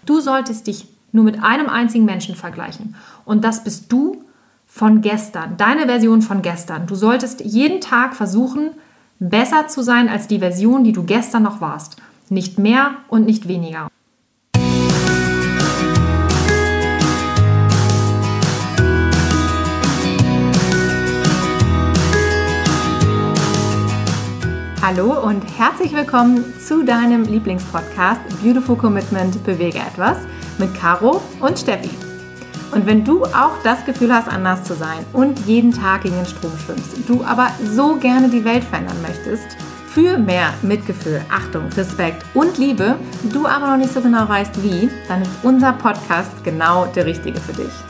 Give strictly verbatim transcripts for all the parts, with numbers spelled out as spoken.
Du solltest dich nur mit einem einzigen Menschen vergleichen. Und das bist du von gestern, deine Version von gestern. Du solltest jeden Tag versuchen, besser zu sein als die Version, die du gestern noch warst. Nicht mehr und nicht weniger. Hallo und herzlich willkommen zu deinem Lieblingspodcast Beautiful Commitment – Bewege etwas mit Caro und Steffi. Und wenn du auch das Gefühl hast, anders zu sein und jeden Tag gegen den Strom schwimmst, du aber so gerne die Welt verändern möchtest, für mehr Mitgefühl, Achtung, Respekt und Liebe, du aber noch nicht so genau weißt wie, dann ist unser Podcast genau der richtige für dich.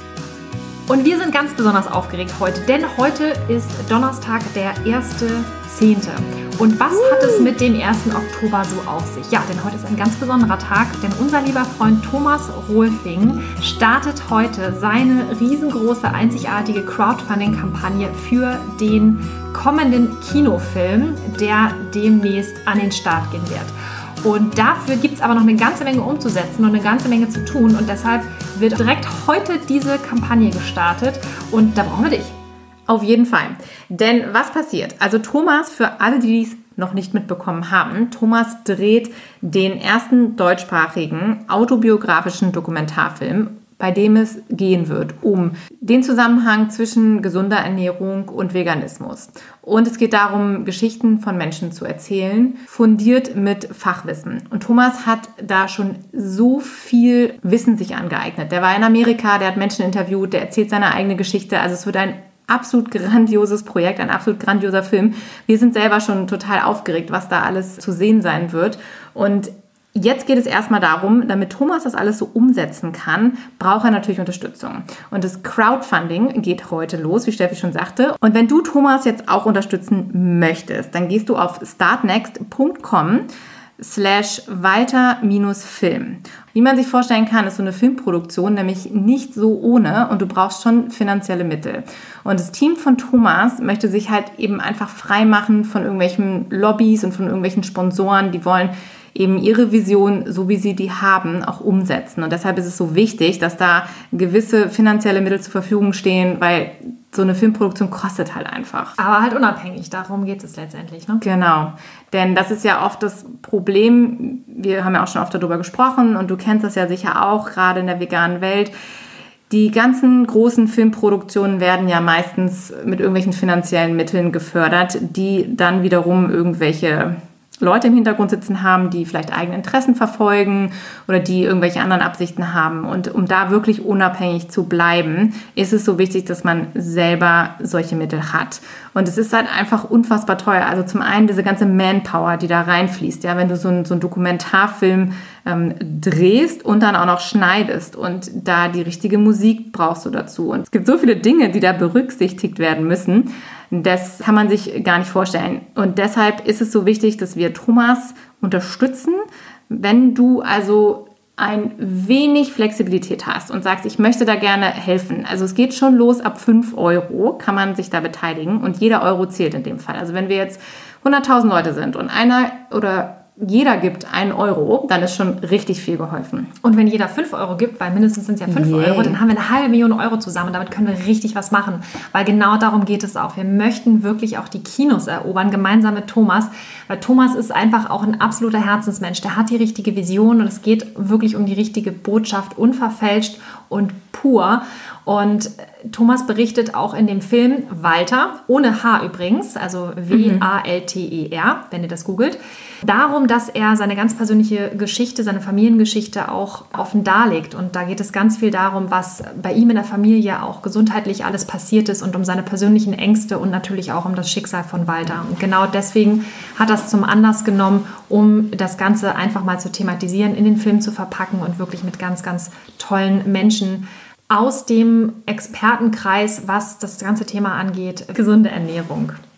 Und wir sind ganz besonders aufgeregt heute, denn heute ist Donnerstag, der erste zehnte Und was uh. hat es mit dem ersten Oktober so auf sich? Ja, denn heute ist ein ganz besonderer Tag, denn unser lieber Freund Thomas Rolfing startet heute seine riesengroße, einzigartige Crowdfunding-Kampagne für den kommenden Kinofilm, der demnächst an den Start gehen wird. Und dafür gibt es aber noch eine ganze Menge umzusetzen und eine ganze Menge zu tun. Und deshalb wird direkt heute diese Kampagne gestartet. Und da brauchen wir dich. Auf jeden Fall. Denn was passiert? Also Thomas, für alle, die dies noch nicht mitbekommen haben, Thomas dreht den ersten deutschsprachigen autobiografischen Dokumentarfilm, bei dem es gehen wird um den Zusammenhang zwischen gesunder Ernährung und Veganismus. Und es geht darum, Geschichten von Menschen zu erzählen, fundiert mit Fachwissen. Und Thomas hat da schon so viel Wissen sich angeeignet. Der war in Amerika, der hat Menschen interviewt, der erzählt seine eigene Geschichte. Also es wird ein absolut grandioses Projekt, ein absolut grandioser Film. Wir sind selber schon total aufgeregt, was da alles zu sehen sein wird. Und jetzt geht es erstmal darum, damit Thomas das alles so umsetzen kann, braucht er natürlich Unterstützung. Und das Crowdfunding geht heute los, wie Steffi schon sagte. Und wenn du Thomas jetzt auch unterstützen möchtest, dann gehst du auf startnext.com slash Walter minus Film. Wie man sich vorstellen kann, ist so eine Filmproduktion nämlich nicht so ohne und du brauchst schon finanzielle Mittel. Und das Team von Thomas möchte sich halt eben einfach frei machen von irgendwelchen Lobbys und von irgendwelchen Sponsoren, die wollen eben ihre Vision, so wie sie die haben, auch umsetzen. Und deshalb ist es so wichtig, dass da gewisse finanzielle Mittel zur Verfügung stehen, weil so eine Filmproduktion kostet halt einfach. Aber halt unabhängig, darum geht es letztendlich, ne? Genau, denn das ist ja oft das Problem, wir haben ja auch schon oft darüber gesprochen und du kennst das ja sicher auch, gerade in der veganen Welt. Die ganzen großen Filmproduktionen werden ja meistens mit irgendwelchen finanziellen Mitteln gefördert, die dann wiederum irgendwelche Leute im Hintergrund sitzen haben, die vielleicht eigene Interessen verfolgen oder die irgendwelche anderen Absichten haben. Und um da wirklich unabhängig zu bleiben, ist es so wichtig, dass man selber solche Mittel hat. Und es ist halt einfach unfassbar teuer. Also zum einen diese ganze Manpower, die da reinfließt. Ja, wenn du so einen, so einen Dokumentarfilm ähm, drehst und dann auch noch schneidest und da die richtige Musik brauchst du dazu. Und es gibt so viele Dinge, die da berücksichtigt werden müssen. Das kann man sich gar nicht vorstellen. Und deshalb ist es so wichtig, dass wir Thomas unterstützen. Wenn du also ein wenig Flexibilität hast und sagst, ich möchte da gerne helfen. Also es geht schon los, ab fünf Euro kann man sich da beteiligen und jeder Euro zählt in dem Fall. Also wenn wir jetzt hunderttausend Leute sind und einer oder jeder gibt einen Euro, dann ist schon richtig viel geholfen. Und wenn jeder fünf Euro gibt, weil mindestens sind es ja fünf yeah. Euro, dann haben wir eine halbe Million Euro zusammen. Damit können wir richtig was machen, weil genau darum geht es auch. Wir möchten wirklich auch die Kinos erobern, gemeinsam mit Thomas, weil Thomas ist einfach auch ein absoluter Herzensmensch. Der hat die richtige Vision und es geht wirklich um die richtige Botschaft, unverfälscht und pur. Und Thomas berichtet auch in dem Film Walter, ohne H übrigens, also W A L T E R, wenn ihr das googelt, darum, dass er seine ganz persönliche Geschichte, seine Familiengeschichte auch offen darlegt. Und da geht es ganz viel darum, was bei ihm in der Familie auch gesundheitlich alles passiert ist und um seine persönlichen Ängste und natürlich auch um das Schicksal von Walter. Und genau deswegen hat er es zum Anlass genommen, um das Ganze einfach mal zu thematisieren, in den Film zu verpacken und wirklich mit ganz, ganz tollen Menschen aus dem Expertenkreis, was das ganze Thema angeht, gesunde Ernährung.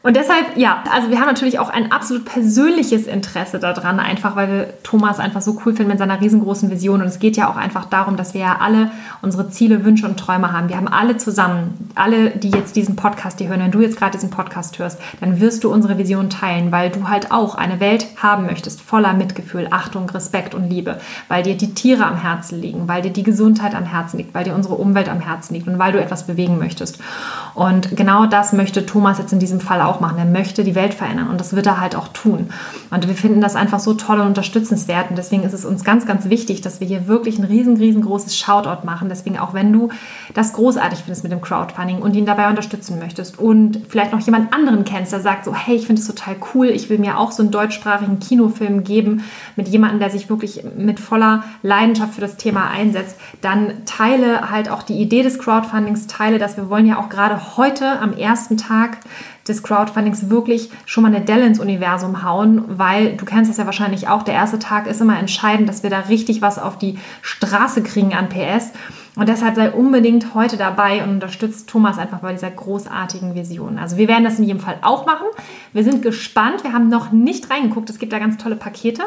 Und deshalb, ja, also wir haben natürlich auch ein absolut persönliches Interesse daran, einfach weil wir Thomas einfach so cool finden mit seiner riesengroßen Vision. Und es geht ja auch einfach darum, dass wir ja alle unsere Ziele, Wünsche und Träume haben. Wir haben alle zusammen, alle, die jetzt diesen Podcast hier hören, wenn du jetzt gerade diesen Podcast hörst, dann wirst du unsere Vision teilen, weil du halt auch eine Welt haben möchtest, voller Mitgefühl, Achtung, Respekt und Liebe, weil dir die Tiere am Herzen liegen, weil dir die Gesundheit am Herzen liegt, weil dir unsere Umwelt am Herzen liegt und weil du etwas bewegen möchtest. Und genau das möchte Thomas jetzt in diesem Fall auch machen. Er möchte die Welt verändern und das wird er halt auch tun. Und wir finden das einfach so toll und unterstützenswert und deswegen ist es uns ganz, ganz wichtig, dass wir hier wirklich ein riesen, riesengroßes Shoutout machen. Deswegen auch wenn du das großartig findest mit dem Crowdfunding und ihn dabei unterstützen möchtest und vielleicht noch jemand anderen kennst, der sagt so, hey, ich finde es total cool, ich will mir auch so einen deutschsprachigen Kinofilm geben mit jemandem, der sich wirklich mit voller Leidenschaft für das Thema einsetzt, dann teile halt auch die Idee des Crowdfundings, teile das. Wir wollen ja auch gerade heute am ersten Tag des Crowdfundings wirklich schon mal eine Delle ins Universum hauen, weil du kennst das ja wahrscheinlich auch, der erste Tag ist immer entscheidend, dass wir da richtig was auf die Straße kriegen an P S und deshalb sei unbedingt heute dabei und unterstützt Thomas einfach bei dieser großartigen Vision. Also wir werden das in jedem Fall auch machen. Wir sind gespannt, wir haben noch nicht reingeguckt, es gibt da ganz tolle Pakete.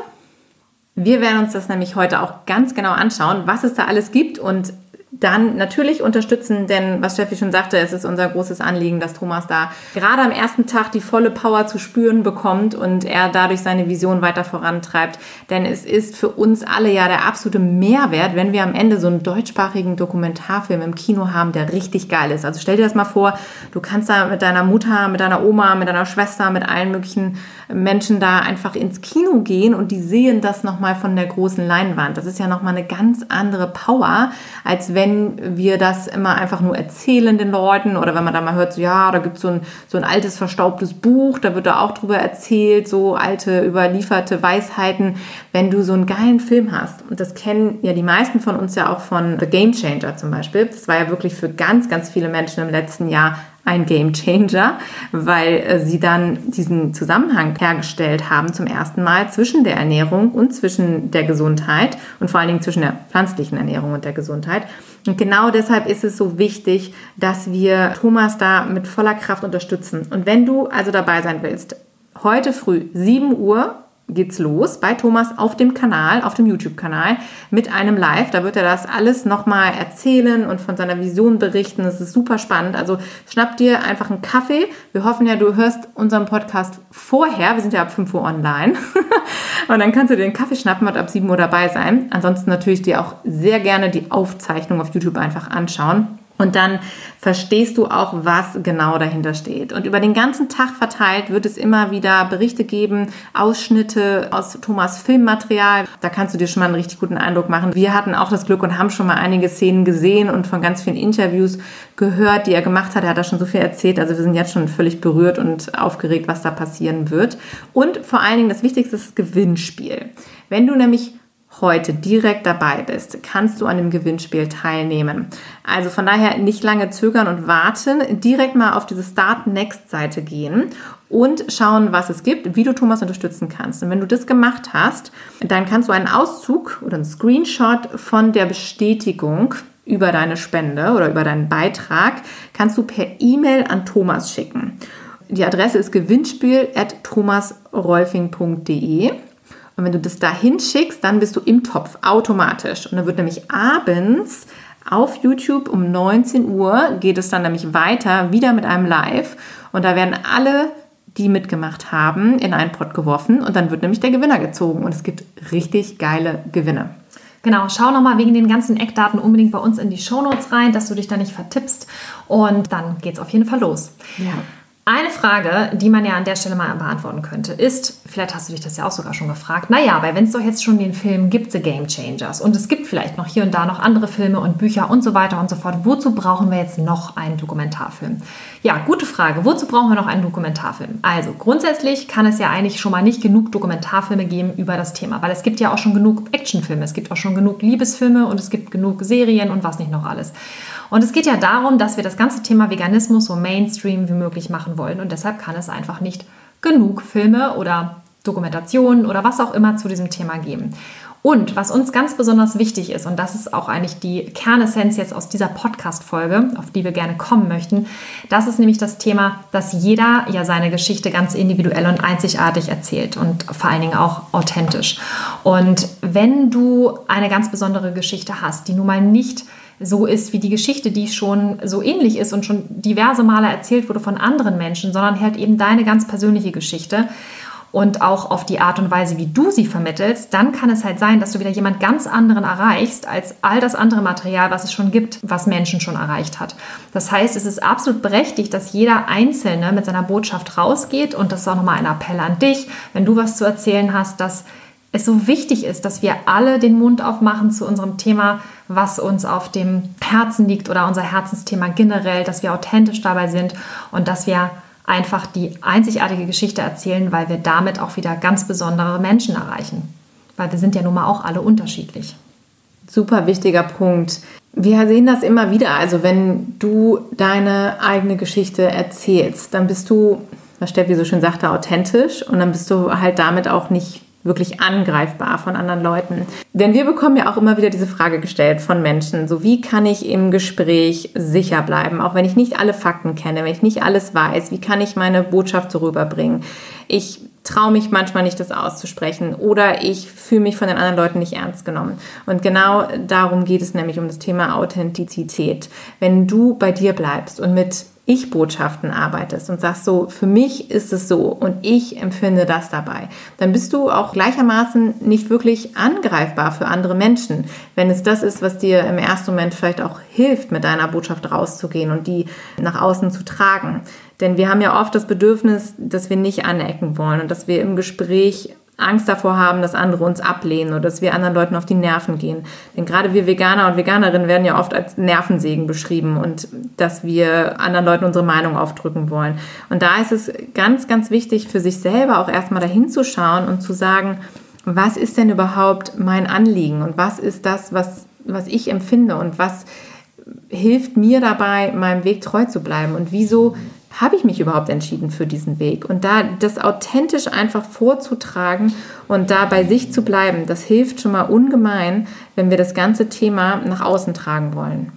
Wir werden uns das nämlich heute auch ganz genau anschauen, was es da alles gibt und dann natürlich unterstützen, denn was Steffi schon sagte, es ist unser großes Anliegen, dass Thomas da gerade am ersten Tag die volle Power zu spüren bekommt und er dadurch seine Vision weiter vorantreibt. Denn es ist für uns alle ja der absolute Mehrwert, wenn wir am Ende so einen deutschsprachigen Dokumentarfilm im Kino haben, der richtig geil ist. Also stell dir das mal vor, du kannst da mit deiner Mutter, mit deiner Oma, mit deiner Schwester, mit allen möglichen Menschen da einfach ins Kino gehen und die sehen das nochmal von der großen Leinwand. Das ist ja nochmal eine ganz andere Power, als wenn wir das immer einfach nur erzählen den Leuten oder wenn man da mal hört, so ja, da gibt es so ein, so ein altes, verstaubtes Buch, da wird da auch drüber erzählt, so alte, überlieferte Weisheiten, wenn du so einen geilen Film hast. Und das kennen ja die meisten von uns ja auch von The Game Changer zum Beispiel. Das war ja wirklich für ganz, ganz viele Menschen im letzten Jahr ein Game Changer, weil sie dann diesen Zusammenhang hergestellt haben zum ersten Mal zwischen der Ernährung und zwischen der Gesundheit und vor allen Dingen zwischen der pflanzlichen Ernährung und der Gesundheit. Und genau deshalb ist es so wichtig, dass wir Thomas da mit voller Kraft unterstützen. Und wenn du also dabei sein willst, heute früh sieben Uhr geht's los bei Thomas auf dem Kanal, auf dem YouTube-Kanal mit einem Live. Da wird er das alles nochmal erzählen und von seiner Vision berichten. Das ist super spannend. Also schnapp dir einfach einen Kaffee. Wir hoffen ja, du hörst unseren Podcast vorher. Wir sind ja ab fünf Uhr online. Und dann kannst du dir den Kaffee schnappen und ab sieben Uhr dabei sein. Ansonsten natürlich dir auch sehr gerne die Aufzeichnung auf YouTube einfach anschauen. Und dann verstehst du auch, was genau dahinter steht. Und über den ganzen Tag verteilt wird es immer wieder Berichte geben, Ausschnitte aus Thomas' Filmmaterial. Da kannst du dir schon mal einen richtig guten Eindruck machen. Wir hatten auch das Glück und haben schon mal einige Szenen gesehen und von ganz vielen Interviews gehört, die er gemacht hat. Er hat da schon so viel erzählt. Also wir sind jetzt schon völlig berührt und aufgeregt, was da passieren wird. Und vor allen Dingen das Wichtigste ist das Gewinnspiel. Wenn du nämlich heute direkt dabei bist, kannst du an dem Gewinnspiel teilnehmen. Also von daher nicht lange zögern und warten, direkt mal auf diese Start-Next-Seite gehen und schauen, was es gibt, wie du Thomas unterstützen kannst. Und wenn du das gemacht hast, dann kannst du einen Auszug oder einen Screenshot von der Bestätigung über deine Spende oder über deinen Beitrag, kannst du per E-Mail an Thomas schicken. Die Adresse ist gewinnspiel at thomas rolfing punkt de. Und wenn du das da hinschickst, dann bist du im Topf automatisch. Und dann wird nämlich abends auf YouTube um neunzehn Uhr geht es dann nämlich weiter, wieder mit einem Live. Und da werden alle, die mitgemacht haben, in einen Pott geworfen. Und dann wird nämlich der Gewinner gezogen. Und es gibt richtig geile Gewinne. Genau, schau nochmal wegen den ganzen Eckdaten unbedingt bei uns in die Shownotes rein, dass du dich da nicht vertippst. Und dann geht's auf jeden Fall los. Ja. Eine Frage, die man ja an der Stelle mal beantworten könnte, ist, vielleicht hast du dich das ja auch sogar schon gefragt, naja, weil wenn es doch jetzt schon den Film gibt, The Game Changers, und es gibt vielleicht noch hier und da noch andere Filme und Bücher und so weiter und so fort, wozu brauchen wir jetzt noch einen Dokumentarfilm? Ja, gute Frage. Wozu brauchen wir noch einen Dokumentarfilm? Also grundsätzlich kann es ja eigentlich schon mal nicht genug Dokumentarfilme geben über das Thema, weil es gibt ja auch schon genug Actionfilme, es gibt auch schon genug Liebesfilme und es gibt genug Serien und was nicht noch alles. Und es geht ja darum, dass wir das ganze Thema Veganismus so Mainstream wie möglich machen wollen. Und deshalb kann es einfach nicht genug Filme oder Dokumentationen oder was auch immer zu diesem Thema geben. Und was uns ganz besonders wichtig ist, und das ist auch eigentlich die Kernessenz jetzt aus dieser Podcast-Folge, auf die wir gerne kommen möchten, das ist nämlich das Thema, dass jeder ja seine Geschichte ganz individuell und einzigartig erzählt und vor allen Dingen auch authentisch. Und wenn du eine ganz besondere Geschichte hast, die nun mal nicht so ist wie die Geschichte, die schon so ähnlich ist und schon diverse Male erzählt wurde von anderen Menschen, sondern halt eben deine ganz persönliche Geschichte, und auch auf die Art und Weise, wie du sie vermittelst, dann kann es halt sein, dass du wieder jemand ganz anderen erreichst, als all das andere Material, was es schon gibt, was Menschen schon erreicht hat. Das heißt, es ist absolut berechtigt, dass jeder Einzelne mit seiner Botschaft rausgeht, und das ist auch nochmal ein Appell an dich, wenn du was zu erzählen hast, dass es so wichtig ist, dass wir alle den Mund aufmachen zu unserem Thema, was uns auf dem Herzen liegt, oder unser Herzensthema generell, dass wir authentisch dabei sind und dass wir einfach die einzigartige Geschichte erzählen, weil wir damit auch wieder ganz besondere Menschen erreichen. Weil wir sind ja nun mal auch alle unterschiedlich. Super wichtiger Punkt. Wir sehen das immer wieder. Also wenn du deine eigene Geschichte erzählst, dann bist du, was Steffi so schön sagte, authentisch, und dann bist du halt damit auch nicht wirklich angreifbar von anderen Leuten. Denn wir bekommen ja auch immer wieder diese Frage gestellt von Menschen, so wie kann ich im Gespräch sicher bleiben, auch wenn ich nicht alle Fakten kenne, wenn ich nicht alles weiß, wie kann ich meine Botschaft so rüberbringen? Ich traue mich manchmal nicht, das auszusprechen, oder ich fühle mich von den anderen Leuten nicht ernst genommen. Und genau darum geht es nämlich, um das Thema Authentizität. Wenn du bei dir bleibst und mit Ich-Botschaften arbeitest und sagst so, für mich ist es so und ich empfinde das dabei, dann bist du auch gleichermaßen nicht wirklich angreifbar für andere Menschen, wenn es das ist, was dir im ersten Moment vielleicht auch hilft, mit deiner Botschaft rauszugehen und die nach außen zu tragen. Denn wir haben ja oft das Bedürfnis, dass wir nicht anecken wollen und dass wir im Gespräch Angst davor haben, dass andere uns ablehnen oder dass wir anderen Leuten auf die Nerven gehen. Denn gerade wir Veganer und Veganerinnen werden ja oft als Nervensägen beschrieben und dass wir anderen Leuten unsere Meinung aufdrücken wollen. Und da ist es ganz, ganz wichtig für sich selber auch erstmal dahin zu schauen und zu sagen, was ist denn überhaupt mein Anliegen und was ist das, was, was ich empfinde und was hilft mir dabei, meinem Weg treu zu bleiben und wieso habe ich mich überhaupt entschieden für diesen Weg? Und da das authentisch einfach vorzutragen und da bei sich zu bleiben, das hilft schon mal ungemein, wenn wir das ganze Thema nach außen tragen wollen.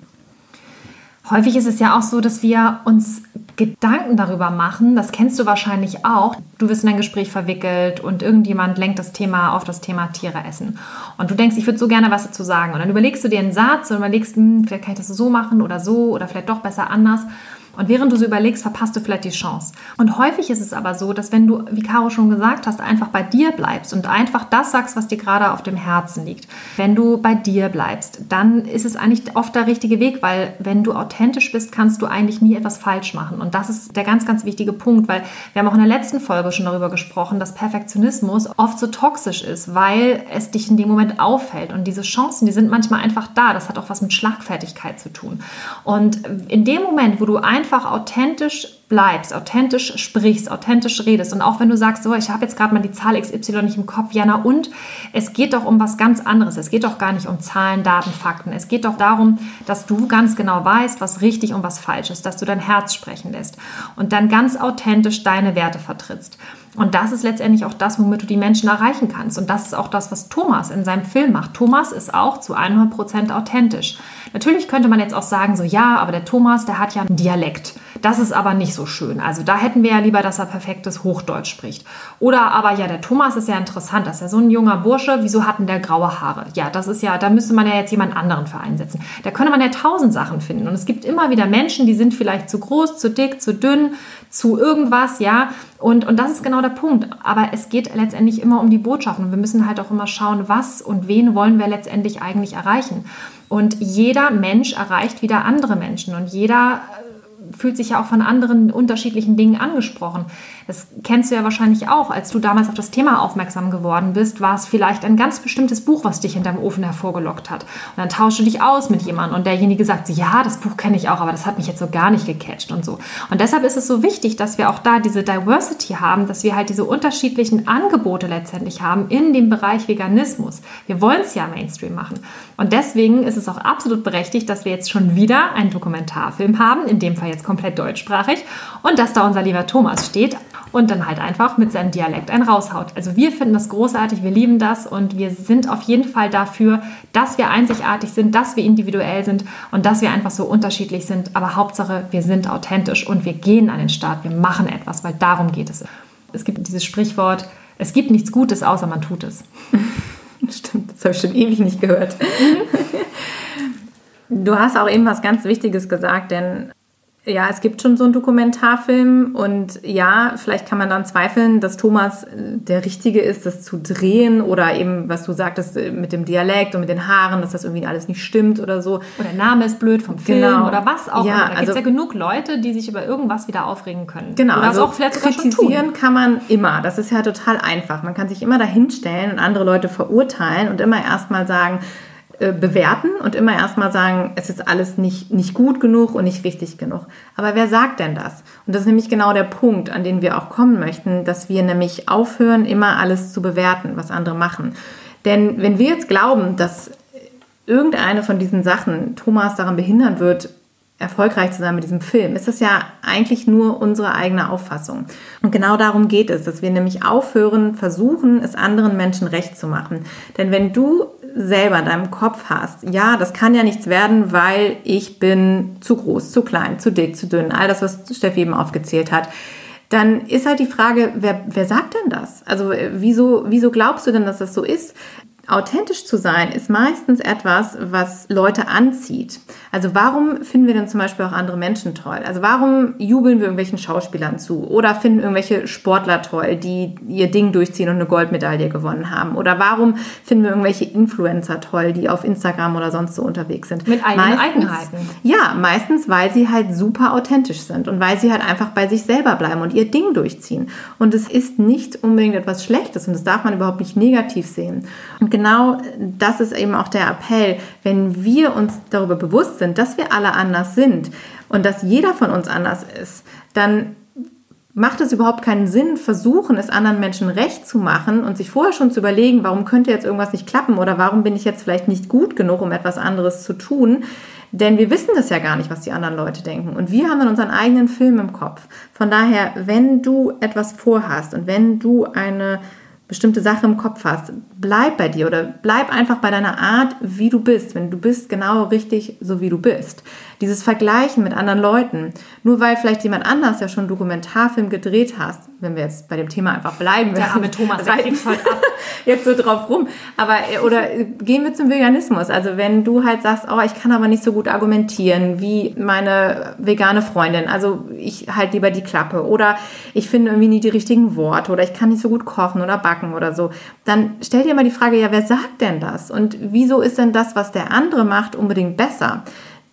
Häufig ist es ja auch so, dass wir uns Gedanken darüber machen, das kennst du wahrscheinlich auch. Du wirst in ein Gespräch verwickelt und irgendjemand lenkt das Thema auf das Thema Tiere essen. Und du denkst, ich würde so gerne was dazu sagen. Und dann überlegst du dir einen Satz und überlegst, hm, vielleicht kann ich das so machen oder so oder vielleicht doch besser anders. Und während du so überlegst, verpasst du vielleicht die Chance. Und häufig ist es aber so, dass wenn du, wie Caro schon gesagt hast, einfach bei dir bleibst und einfach das sagst, was dir gerade auf dem Herzen liegt. Wenn du bei dir bleibst, dann ist es eigentlich oft der richtige Weg, weil wenn du authentisch bist, kannst du eigentlich nie etwas falsch machen. Und das ist der ganz, ganz wichtige Punkt, weil wir haben auch in der letzten Folge schon darüber gesprochen, dass Perfektionismus oft so toxisch ist, weil es dich in dem Moment auffällt. Und diese Chancen, die sind manchmal einfach da. Das hat auch was mit Schlagfertigkeit zu tun. Und in dem Moment, wo du einfach einfach authentisch bleibst, authentisch sprichst, authentisch redest und auch wenn du sagst, so, ich habe jetzt gerade mal die Zahl X Y nicht im Kopf, ja na und? Es geht doch um was ganz anderes. Es geht doch gar nicht um Zahlen, Daten, Fakten. Es geht doch darum, dass du ganz genau weißt, was richtig und was falsch ist, dass du dein Herz sprechen lässt und dann ganz authentisch deine Werte vertrittst. Und das ist letztendlich auch das, womit du die Menschen erreichen kannst. Und das ist auch das, was Thomas in seinem Film macht. Thomas ist auch zu hundert Prozent authentisch. Natürlich könnte man jetzt auch sagen, so ja, aber der Thomas, der hat ja einen Dialekt. Das ist aber nicht so schön. Also da hätten wir ja lieber, dass er perfektes Hochdeutsch spricht. Oder aber ja, der Thomas ist ja interessant. Das ist ja so ein junger Bursche. Wieso hat denn der graue Haare? Ja, das ist ja, da müsste man ja jetzt jemand anderen für einsetzen. Da könnte man ja tausend Sachen finden. Und es gibt immer wieder Menschen, die sind vielleicht zu groß, zu dick, zu dünn, zu irgendwas, ja. Und, und das ist genau der Punkt. Aber es geht letztendlich immer um die Botschaften. Und wir müssen halt auch immer schauen, was und wen wollen wir letztendlich eigentlich erreichen. Und jeder Mensch erreicht wieder andere Menschen. Und jeder fühlt sich ja auch von anderen unterschiedlichen Dingen angesprochen. Das kennst du ja wahrscheinlich auch. Als du damals auf das Thema aufmerksam geworden bist, war es vielleicht ein ganz bestimmtes Buch, was dich hinterm Ofen hervorgelockt hat. Und dann tauschst du dich aus mit jemandem und derjenige sagt, ja, das Buch kenne ich auch, aber das hat mich jetzt so gar nicht gecatcht und so. Und deshalb ist es so wichtig, dass wir auch da diese Diversity haben, dass wir halt diese unterschiedlichen Angebote letztendlich haben in dem Bereich Veganismus. Wir wollen es ja Mainstream machen. Und deswegen ist es auch absolut berechtigt, dass wir jetzt schon wieder einen Dokumentarfilm haben, in dem Fall jetzt komplett deutschsprachig, und dass da unser lieber Thomas steht. und dann halt einfach mit seinem Dialekt einen raushaut. Also wir finden das großartig, wir lieben das und wir sind auf jeden Fall dafür, dass wir einzigartig sind, dass wir individuell sind und dass wir einfach so unterschiedlich sind. Aber Hauptsache, wir sind authentisch und wir gehen an den Start, wir machen etwas, weil darum geht es. Es gibt dieses Sprichwort, es gibt nichts Gutes, außer man tut es. Stimmt, das habe ich schon ewig nicht gehört. Du hast auch eben was ganz Wichtiges gesagt, denn ja, es gibt schon so einen Dokumentarfilm und ja, vielleicht kann man dann zweifeln, dass Thomas der Richtige ist, das zu drehen oder eben, was du sagtest, mit dem Dialekt und mit den Haaren, dass das irgendwie alles nicht stimmt oder so. Oder der Name ist blöd vom Film genau. oder was auch ja, immer. Da gibt es also, ja genug Leute, die sich über irgendwas wieder aufregen können. Genau, oder also auch vielleicht kritisieren kann man immer. Das ist ja total einfach. Man kann sich immer dahinstellen und andere Leute verurteilen und immer erstmal sagen, bewerten und immer erstmal sagen, es ist alles nicht, nicht gut genug und nicht richtig genug. Aber wer sagt denn das? Und das ist nämlich genau der Punkt, an den wir auch kommen möchten, dass wir nämlich aufhören, immer alles zu bewerten, was andere machen. Denn wenn wir jetzt glauben, dass irgendeine von diesen Sachen Thomas daran behindern wird, erfolgreich zu sein mit diesem Film, ist das ja eigentlich nur unsere eigene Auffassung. Und genau darum geht es, dass wir nämlich aufhören, versuchen, es anderen Menschen recht zu machen. Denn wenn du selber in deinem Kopf hast, ja, das kann ja nichts werden, weil ich bin zu groß, zu klein, zu dick, zu dünn, all das, was Steffi eben aufgezählt hat, dann ist halt die Frage, wer, wer sagt denn das? Also wieso, wieso glaubst du denn, dass das so ist? Authentisch zu sein ist meistens etwas, was Leute anzieht. Also warum finden wir denn zum Beispiel auch andere Menschen toll? Also warum jubeln wir irgendwelchen Schauspielern zu? Oder finden irgendwelche Sportler toll, die ihr Ding durchziehen und eine Goldmedaille gewonnen haben? Oder warum finden wir irgendwelche Influencer toll, die auf Instagram oder sonst so unterwegs sind? Mit eigenen meistens, Eigenheiten. Ja, meistens, weil sie halt super authentisch sind und weil sie halt einfach bei sich selber bleiben und ihr Ding durchziehen. Und es ist nicht unbedingt etwas Schlechtes und das darf man überhaupt nicht negativ sehen. Und genau das ist eben auch der Appell, wenn wir uns darüber bewusst sind, dass wir alle anders sind und dass jeder von uns anders ist, dann macht es überhaupt keinen Sinn, versuchen, es anderen Menschen recht zu machen und sich vorher schon zu überlegen, warum könnte jetzt irgendwas nicht klappen oder warum bin ich jetzt vielleicht nicht gut genug, um etwas anderes zu tun. Denn wir wissen das ja gar nicht, was die anderen Leute denken. Und wir haben dann unseren eigenen Film im Kopf. Von daher, wenn du etwas vorhast und wenn du eine bestimmte Sache im Kopf hast, bleib bei dir oder bleib einfach bei deiner Art, wie du bist, wenn du bist genau richtig, so wie du bist. Dieses Vergleichen mit anderen Leuten, nur weil vielleicht jemand anders ja schon einen Dokumentarfilm gedreht hast, wenn wir jetzt bei dem Thema einfach bleiben. Der arme Thomas, der kriegt heute ab. Jetzt so drauf rum. Aber, oder gehen wir zum Veganismus. Also wenn du halt sagst, oh, ich kann aber nicht so gut argumentieren wie meine vegane Freundin, also ich halt lieber die Klappe oder ich finde irgendwie nie die richtigen Worte oder ich kann nicht so gut kochen oder backen oder so, dann stell dir mal die Frage, ja, wer sagt denn das? Und wieso ist denn das, was der andere macht, unbedingt besser?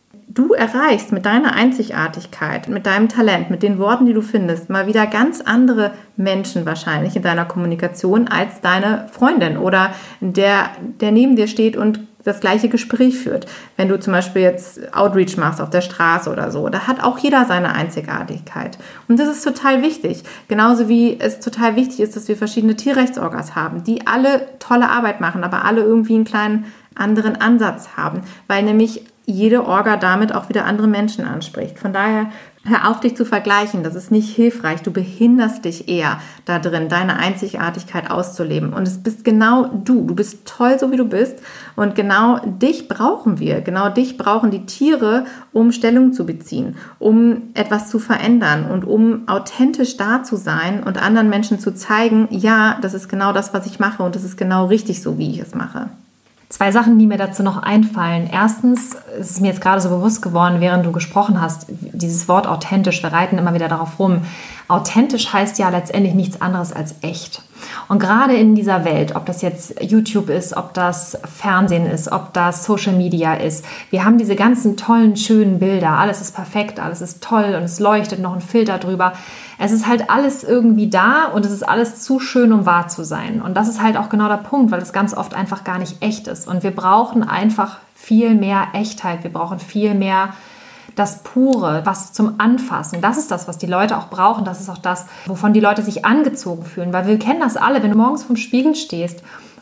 Du erreichst mit deiner Einzigartigkeit, mit deinem Talent, mit den Worten, die du findest, mal wieder ganz andere Menschen wahrscheinlich in deiner Kommunikation als deine Freundin oder der, der neben dir steht und das gleiche Gespräch führt. Wenn du zum Beispiel jetzt Outreach machst auf der Straße oder so, da hat auch jeder seine Einzigartigkeit. Und das ist total wichtig. Genauso wie es total wichtig ist, dass wir verschiedene Tierrechtsorgas haben, die alle tolle Arbeit machen, aber alle irgendwie einen kleinen anderen Ansatz haben, weil nämlich jede Orga damit auch wieder andere Menschen anspricht. Von daher, hör auf, dich zu vergleichen. Das ist nicht hilfreich. Du behinderst dich eher da drin, deine Einzigartigkeit auszuleben. Und es bist genau du. Du bist toll, so wie du bist. Und genau dich brauchen wir. Genau dich brauchen die Tiere, um Stellung zu beziehen, um etwas zu verändern und um authentisch da zu sein und anderen Menschen zu zeigen, ja, das ist genau das, was ich mache und das ist genau richtig so, wie ich es mache. Zwei Sachen, die mir dazu noch einfallen. Erstens ist es mir jetzt gerade so bewusst geworden, während du gesprochen hast, dieses Wort authentisch, wir reiten immer wieder darauf rum. Authentisch heißt ja letztendlich nichts anderes als echt. Und gerade in dieser Welt, ob das jetzt YouTube ist, ob das Fernsehen ist, ob das Social Media ist, wir haben diese ganzen tollen, schönen Bilder. Alles ist perfekt, alles ist toll und es leuchtet noch ein Filter drüber. Es ist halt alles irgendwie da und es ist alles zu schön, um wahr zu sein. Und das ist halt auch genau der Punkt, weil es ganz oft einfach gar nicht echt ist. Und wir brauchen einfach viel mehr Echtheit. Wir brauchen viel mehr das Pure, was zum Anfassen. Das ist das, was die Leute auch brauchen. Das ist auch das, wovon die Leute sich angezogen fühlen. Weil wir kennen das alle, wenn du morgens vorm Spiegel stehst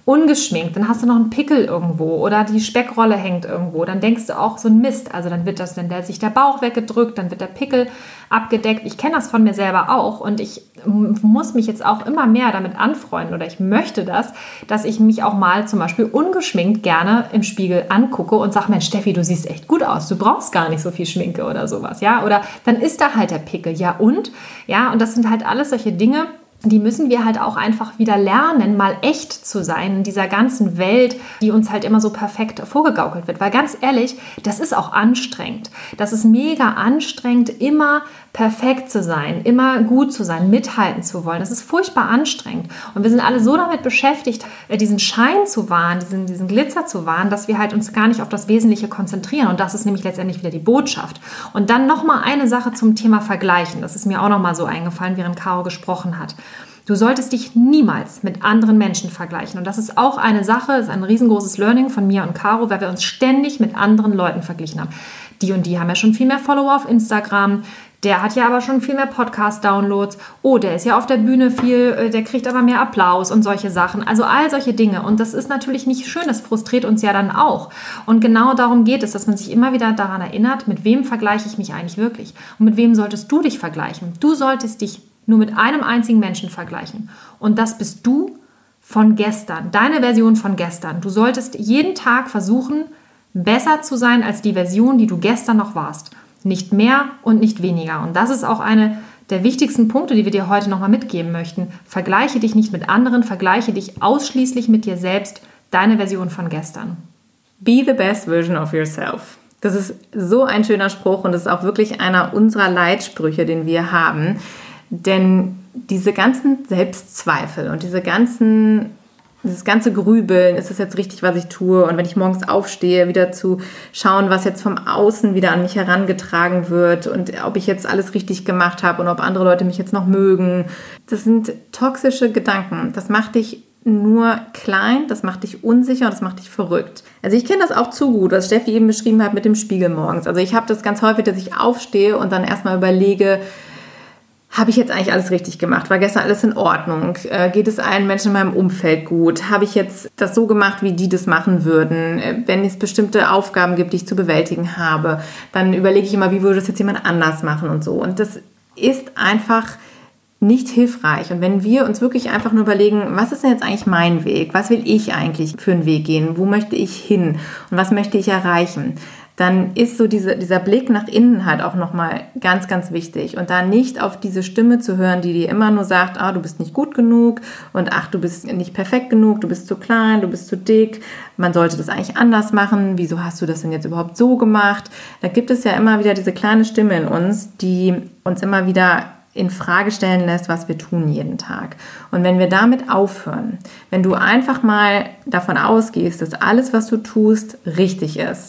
ungeschminkt, dann hast du noch einen Pickel irgendwo oder die Speckrolle hängt irgendwo, dann denkst du auch so ein Mist, also dann wird das, wenn der sich der Bauch weggedrückt, dann wird der Pickel abgedeckt. Ich kenne das von mir selber auch und ich muss mich jetzt auch immer mehr damit anfreunden oder ich möchte das, dass ich mich auch mal zum Beispiel ungeschminkt gerne im Spiegel angucke und sage, Mensch Steffi, du siehst echt gut aus, du brauchst gar nicht so viel Schminke oder sowas, ja, oder dann ist da halt der Pickel, ja und, ja, und das sind halt alles solche Dinge, die müssen wir halt auch einfach wieder lernen, mal echt zu sein in dieser ganzen Welt, die uns halt immer so perfekt vorgegaukelt wird. Weil ganz ehrlich, das ist auch anstrengend. Das ist mega anstrengend, immer perfekt zu sein, immer gut zu sein, mithalten zu wollen. Das ist furchtbar anstrengend. Und wir sind alle so damit beschäftigt, diesen Schein zu wahren, diesen, diesen Glitzer zu wahren, dass wir halt uns gar nicht auf das Wesentliche konzentrieren. Und das ist nämlich letztendlich wieder die Botschaft. Und dann nochmal eine Sache zum Thema Vergleichen. Das ist mir auch nochmal so eingefallen, während Caro gesprochen hat. Du solltest dich niemals mit anderen Menschen vergleichen. Und das ist auch eine Sache, das ist ein riesengroßes Learning von mir und Caro, weil wir uns ständig mit anderen Leuten verglichen haben. Die und die haben ja schon viel mehr Follower auf Instagram. Der hat ja aber schon viel mehr Podcast-Downloads. Oh, der ist ja auf der Bühne viel, der kriegt aber mehr Applaus und solche Sachen. Also all solche Dinge. Und das ist natürlich nicht schön, das frustriert uns ja dann auch. Und genau darum geht es, dass man sich immer wieder daran erinnert, mit wem vergleiche ich mich eigentlich wirklich? Und mit wem solltest du dich vergleichen? Du solltest dich nur mit einem einzigen Menschen vergleichen. Und das bist du von gestern, deine Version von gestern. Du solltest jeden Tag versuchen, besser zu sein als die Version, die du gestern noch warst. Nicht mehr und nicht weniger. Und das ist auch eine der wichtigsten Punkte, die wir dir heute nochmal mitgeben möchten. Vergleiche dich nicht mit anderen, vergleiche dich ausschließlich mit dir selbst, deine Version von gestern. Be the best version of yourself. Das ist so ein schöner Spruch und das ist auch wirklich einer unserer Leitsprüche, den wir haben. Denn diese ganzen Selbstzweifel und diese ganzen, dieses ganze Grübeln, ist es jetzt richtig, was ich tue? Und wenn ich morgens aufstehe, wieder zu schauen, was jetzt vom Außen wieder an mich herangetragen wird und ob ich jetzt alles richtig gemacht habe und ob andere Leute mich jetzt noch mögen. Das sind toxische Gedanken. Das macht dich nur klein, das macht dich unsicher und das macht dich verrückt. Also ich kenne das auch zu gut, was Steffi eben beschrieben hat mit dem Spiegel morgens. Also ich habe das ganz häufig, dass ich aufstehe und dann erstmal überlege, habe ich jetzt eigentlich alles richtig gemacht? War gestern alles in Ordnung? Äh, geht es allen Menschen in meinem Umfeld gut? Habe ich jetzt das so gemacht, wie die das machen würden? Äh, wenn es bestimmte Aufgaben gibt, die ich zu bewältigen habe, dann überlege ich immer, wie würde das jetzt jemand anders machen und so. Und das ist einfach nicht hilfreich. Und wenn wir uns wirklich einfach nur überlegen, was ist denn jetzt eigentlich mein Weg? Was will ich eigentlich für einen Weg gehen? Wo möchte ich hin? Und was möchte ich erreichen? Dann ist so diese, dieser Blick nach innen halt auch nochmal ganz, ganz wichtig. Und da nicht auf diese Stimme zu hören, die dir immer nur sagt, ah, du bist nicht gut genug und ach, du bist nicht perfekt genug, du bist zu klein, du bist zu dick, man sollte das eigentlich anders machen, wieso hast du das denn jetzt überhaupt so gemacht? Da gibt es ja immer wieder diese kleine Stimme in uns, die uns immer wieder in Frage stellen lässt, was wir tun jeden Tag. Und wenn wir damit aufhören, wenn du einfach mal davon ausgehst, dass alles, was du tust, richtig ist,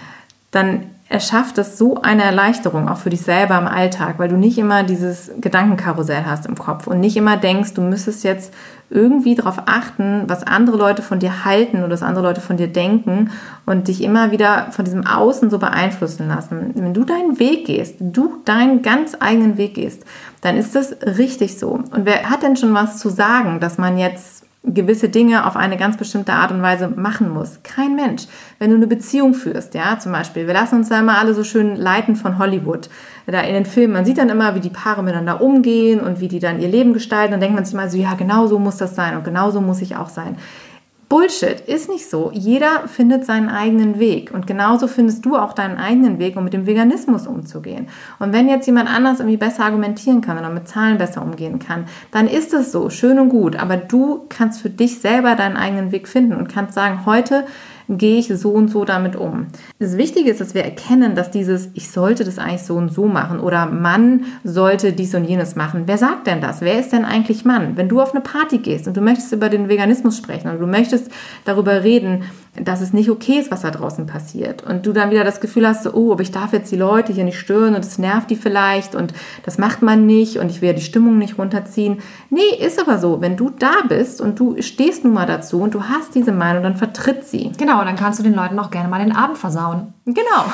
dann erschafft das so eine Erleichterung auch für dich selber im Alltag, weil du nicht immer dieses Gedankenkarussell hast im Kopf und nicht immer denkst, du müsstest jetzt irgendwie darauf achten, was andere Leute von dir halten oder was andere Leute von dir denken und dich immer wieder von diesem Außen so beeinflussen lassen. Wenn du deinen Weg gehst, du deinen ganz eigenen Weg gehst, dann ist das richtig so. Und wer hat denn schon was zu sagen, dass man jetzt gewisse Dinge auf eine ganz bestimmte Art und Weise machen muss? Kein Mensch. Wenn du eine Beziehung führst, ja, zum Beispiel, wir lassen uns da immer alle so schön leiten von Hollywood, da in den Filmen, man sieht dann immer, wie die Paare miteinander umgehen und wie die dann ihr Leben gestalten, dann denkt man sich mal so, ja, genau so muss das sein und genau so muss ich auch sein. Bullshit, ist nicht so. Jeder findet seinen eigenen Weg und genauso findest du auch deinen eigenen Weg, um mit dem Veganismus umzugehen. Und wenn jetzt jemand anders irgendwie besser argumentieren kann oder mit Zahlen besser umgehen kann, dann ist es so, schön und gut, aber du kannst für dich selber deinen eigenen Weg finden und kannst sagen, heute gehe ich so und so damit um. Das Wichtige ist, dass wir erkennen, dass dieses, ich sollte das eigentlich so und so machen oder Mann sollte dies und jenes machen. Wer sagt denn das? Wer ist denn eigentlich Mann? Wenn du auf eine Party gehst und du möchtest über den Veganismus sprechen und du möchtest darüber reden, dass es nicht okay ist, was da draußen passiert und du dann wieder das Gefühl hast, so, oh, aber ich darf jetzt die Leute hier nicht stören und es nervt die vielleicht und das macht man nicht und ich will ja die Stimmung nicht runterziehen. Nee, ist aber so, wenn du da bist und du stehst nun mal dazu und du hast diese Meinung, dann vertritt sie. Genau, dann kannst du den Leuten auch gerne mal den Abend versauen. Genau.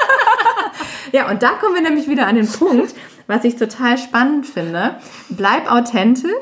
Ja, und da kommen wir nämlich wieder an den Punkt, was ich total spannend finde. Bleib authentisch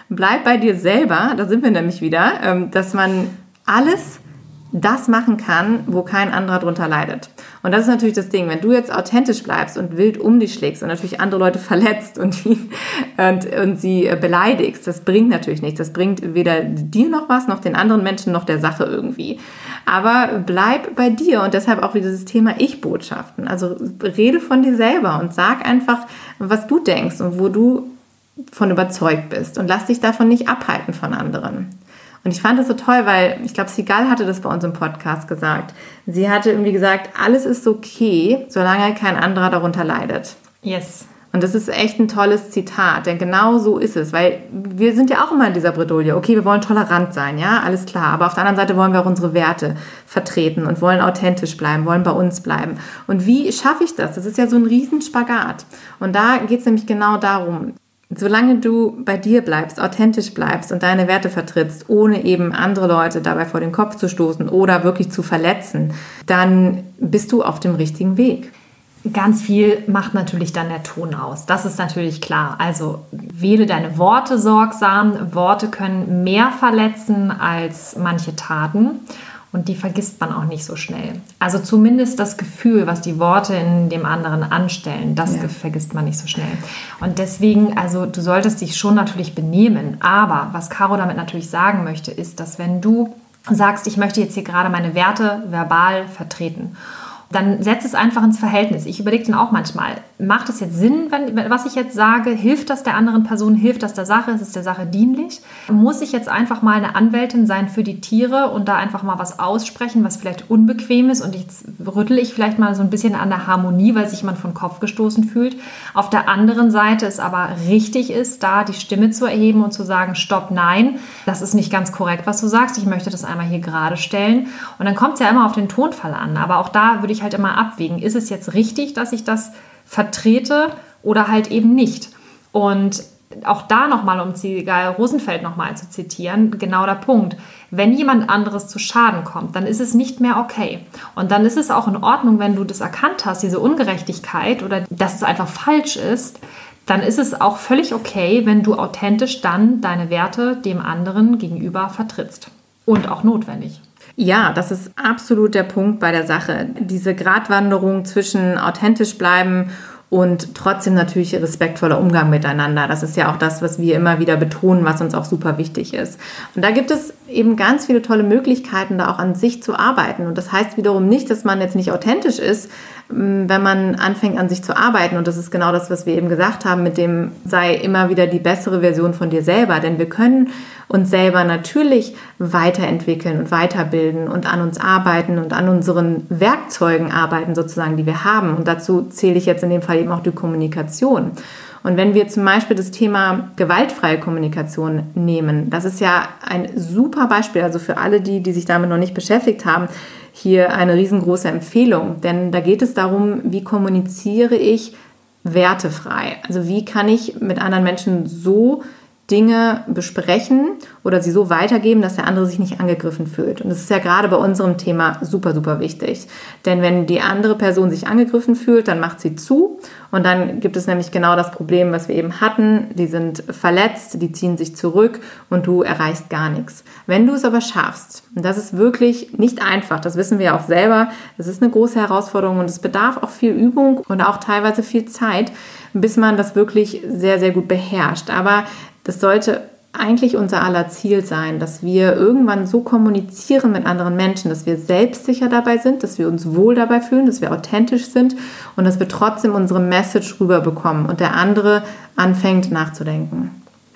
bleib bei dir selber, da sind wir nämlich wieder, dass man alles das machen kann, wo kein anderer drunter leidet. Und das ist natürlich das Ding, wenn du jetzt authentisch bleibst und wild um dich schlägst und natürlich andere Leute verletzt und, die, und, und sie beleidigst, das bringt natürlich nichts. Das bringt weder dir noch was, noch den anderen Menschen, noch der Sache irgendwie. Aber bleib bei dir und deshalb auch wieder dieses Thema Ich-Botschaften. Also rede von dir selber und sag einfach, was du denkst und wo du von überzeugt bist und lass dich davon nicht abhalten von anderen. Und ich fand das so toll, weil ich glaube, Sigal hatte das bei uns im Podcast gesagt. Sie hatte irgendwie gesagt, alles ist okay, solange kein anderer darunter leidet. Yes. Und das ist echt ein tolles Zitat, denn genau so ist es, weil wir sind ja auch immer in dieser Bredouille. Okay, wir wollen tolerant sein, ja, alles klar, aber auf der anderen Seite wollen wir auch unsere Werte vertreten und wollen authentisch bleiben, wollen bei uns bleiben. Und wie schaffe ich das? Das ist ja so ein Riesenspagat. Und da geht es nämlich genau darum. Solange du bei dir bleibst, authentisch bleibst und deine Werte vertrittst, ohne eben andere Leute dabei vor den Kopf zu stoßen oder wirklich zu verletzen, dann bist du auf dem richtigen Weg. Ganz viel macht natürlich dann der Ton aus. Das ist natürlich klar. Also wähle deine Worte sorgsam. Worte können mehr verletzen als manche Taten. Und die vergisst man auch nicht so schnell. Also zumindest das Gefühl, was die Worte in dem anderen anstellen, das ja. vergisst man nicht so schnell. Und deswegen, also du solltest dich schon natürlich benehmen. Aber was Caro damit natürlich sagen möchte, ist, dass wenn du sagst, ich möchte jetzt hier gerade meine Werte verbal vertreten, dann setz es einfach ins Verhältnis. Ich überlege dann auch manchmal, macht es jetzt Sinn, wenn, was ich jetzt sage? Hilft das der anderen Person? Hilft das der Sache? Ist es der Sache dienlich? Muss ich jetzt einfach mal eine Anwältin sein für die Tiere und da einfach mal was aussprechen, was vielleicht unbequem ist und jetzt rüttle ich vielleicht mal so ein bisschen an der Harmonie, weil sich jemand von Kopf gestoßen fühlt. Auf der anderen Seite es aber richtig ist, da die Stimme zu erheben und zu sagen, stopp, nein, das ist nicht ganz korrekt, was du sagst. Ich möchte das einmal hier gerade stellen. Und dann kommt es ja immer auf den Tonfall an. Aber auch da würde ich halt immer abwägen, ist es jetzt richtig, dass ich das vertrete oder halt eben nicht. Und auch da nochmal, um Sigal Rosenfeld nochmal zu zitieren, genau der Punkt. Wenn jemand anderes zu Schaden kommt, dann ist es nicht mehr okay. Und dann ist es auch in Ordnung, wenn du das erkannt hast, diese Ungerechtigkeit oder dass es einfach falsch ist, dann ist es auch völlig okay, wenn du authentisch dann deine Werte dem anderen gegenüber vertrittst. Und auch notwendig. Ja, das ist absolut der Punkt bei der Sache. Diese Gratwanderung zwischen authentisch bleiben und trotzdem natürlich respektvoller Umgang miteinander. Das ist ja auch das, was wir immer wieder betonen, was uns auch super wichtig ist. Und da gibt es eben ganz viele tolle Möglichkeiten, da auch an sich zu arbeiten. Und das heißt wiederum nicht, dass man jetzt nicht authentisch ist, wenn man anfängt, an sich zu arbeiten. Und das ist genau das, was wir eben gesagt haben, mit dem sei immer wieder die bessere Version von dir selber. Denn wir können uns selber natürlich weiterentwickeln und weiterbilden und an uns arbeiten und an unseren Werkzeugen arbeiten sozusagen, die wir haben. Und dazu zähle ich jetzt in dem Fall eben auch die Kommunikation. Und wenn wir zum Beispiel das Thema gewaltfreie Kommunikation nehmen, das ist ja ein super Beispiel, also für alle die, die sich damit noch nicht beschäftigt haben, hier eine riesengroße Empfehlung. Denn da geht es darum, wie kommuniziere ich wertefrei? Also wie kann ich mit anderen Menschen so Dinge besprechen oder sie so weitergeben, dass der andere sich nicht angegriffen fühlt. Und das ist ja gerade bei unserem Thema super, super wichtig. Denn wenn die andere Person sich angegriffen fühlt, dann macht sie zu und dann gibt es nämlich genau das Problem, was wir eben hatten. Die sind verletzt, die ziehen sich zurück und du erreichst gar nichts. Wenn du es aber schaffst, und das ist wirklich nicht einfach, das wissen wir auch selber, es ist eine große Herausforderung und es bedarf auch viel Übung und auch teilweise viel Zeit, bis man das wirklich sehr, sehr gut beherrscht. Aber das sollte eigentlich unser aller Ziel sein, dass wir irgendwann so kommunizieren mit anderen Menschen, dass wir selbstsicher dabei sind, dass wir uns wohl dabei fühlen, dass wir authentisch sind und dass wir trotzdem unsere Message rüberbekommen und der andere anfängt nachzudenken.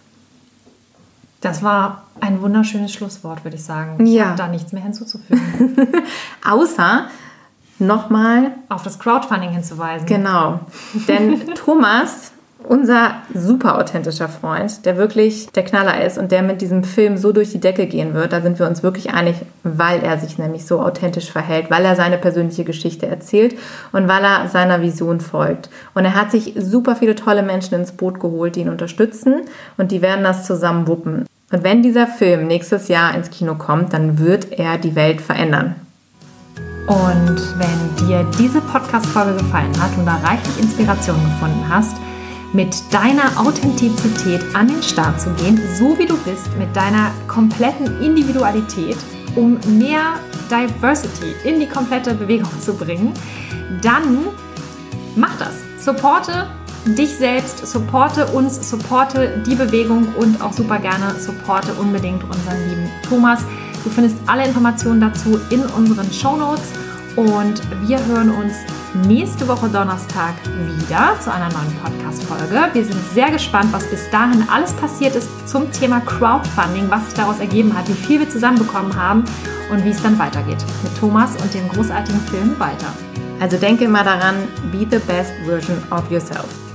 Das war ein wunderschönes Schlusswort, würde ich sagen. Ich ja. habe da nichts mehr hinzuzufügen. Außer nochmal auf das Crowdfunding hinzuweisen. Genau, denn Thomas, unser super authentischer Freund, der wirklich der Knaller ist und der mit diesem Film so durch die Decke gehen wird, da sind wir uns wirklich einig, weil er sich nämlich so authentisch verhält, weil er seine persönliche Geschichte erzählt und weil er seiner Vision folgt. Und er hat sich super viele tolle Menschen ins Boot geholt, die ihn unterstützen und die werden das zusammen wuppen. Und wenn dieser Film nächstes Jahr ins Kino kommt, dann wird er die Welt verändern. Und wenn dir diese Podcast-Folge gefallen hat und da reichlich Inspiration gefunden hast, mit deiner Authentizität an den Start zu gehen, so wie du bist, mit deiner kompletten Individualität, um mehr Diversity in die komplette Bewegung zu bringen, dann mach das. Supporte dich selbst, supporte uns, supporte die Bewegung und auch super gerne supporte unbedingt unseren lieben Thomas. Du findest alle Informationen dazu in unseren Shownotes und wir hören uns nächste Woche Donnerstag wieder zu einer neuen Podcast-Folge. Wir sind sehr gespannt, was bis dahin alles passiert ist zum Thema Crowdfunding, was sich daraus ergeben hat, wie viel wir zusammenbekommen haben und wie es dann weitergeht mit Thomas und dem großartigen Film Weiter. Also denke immer daran, be the best version of yourself.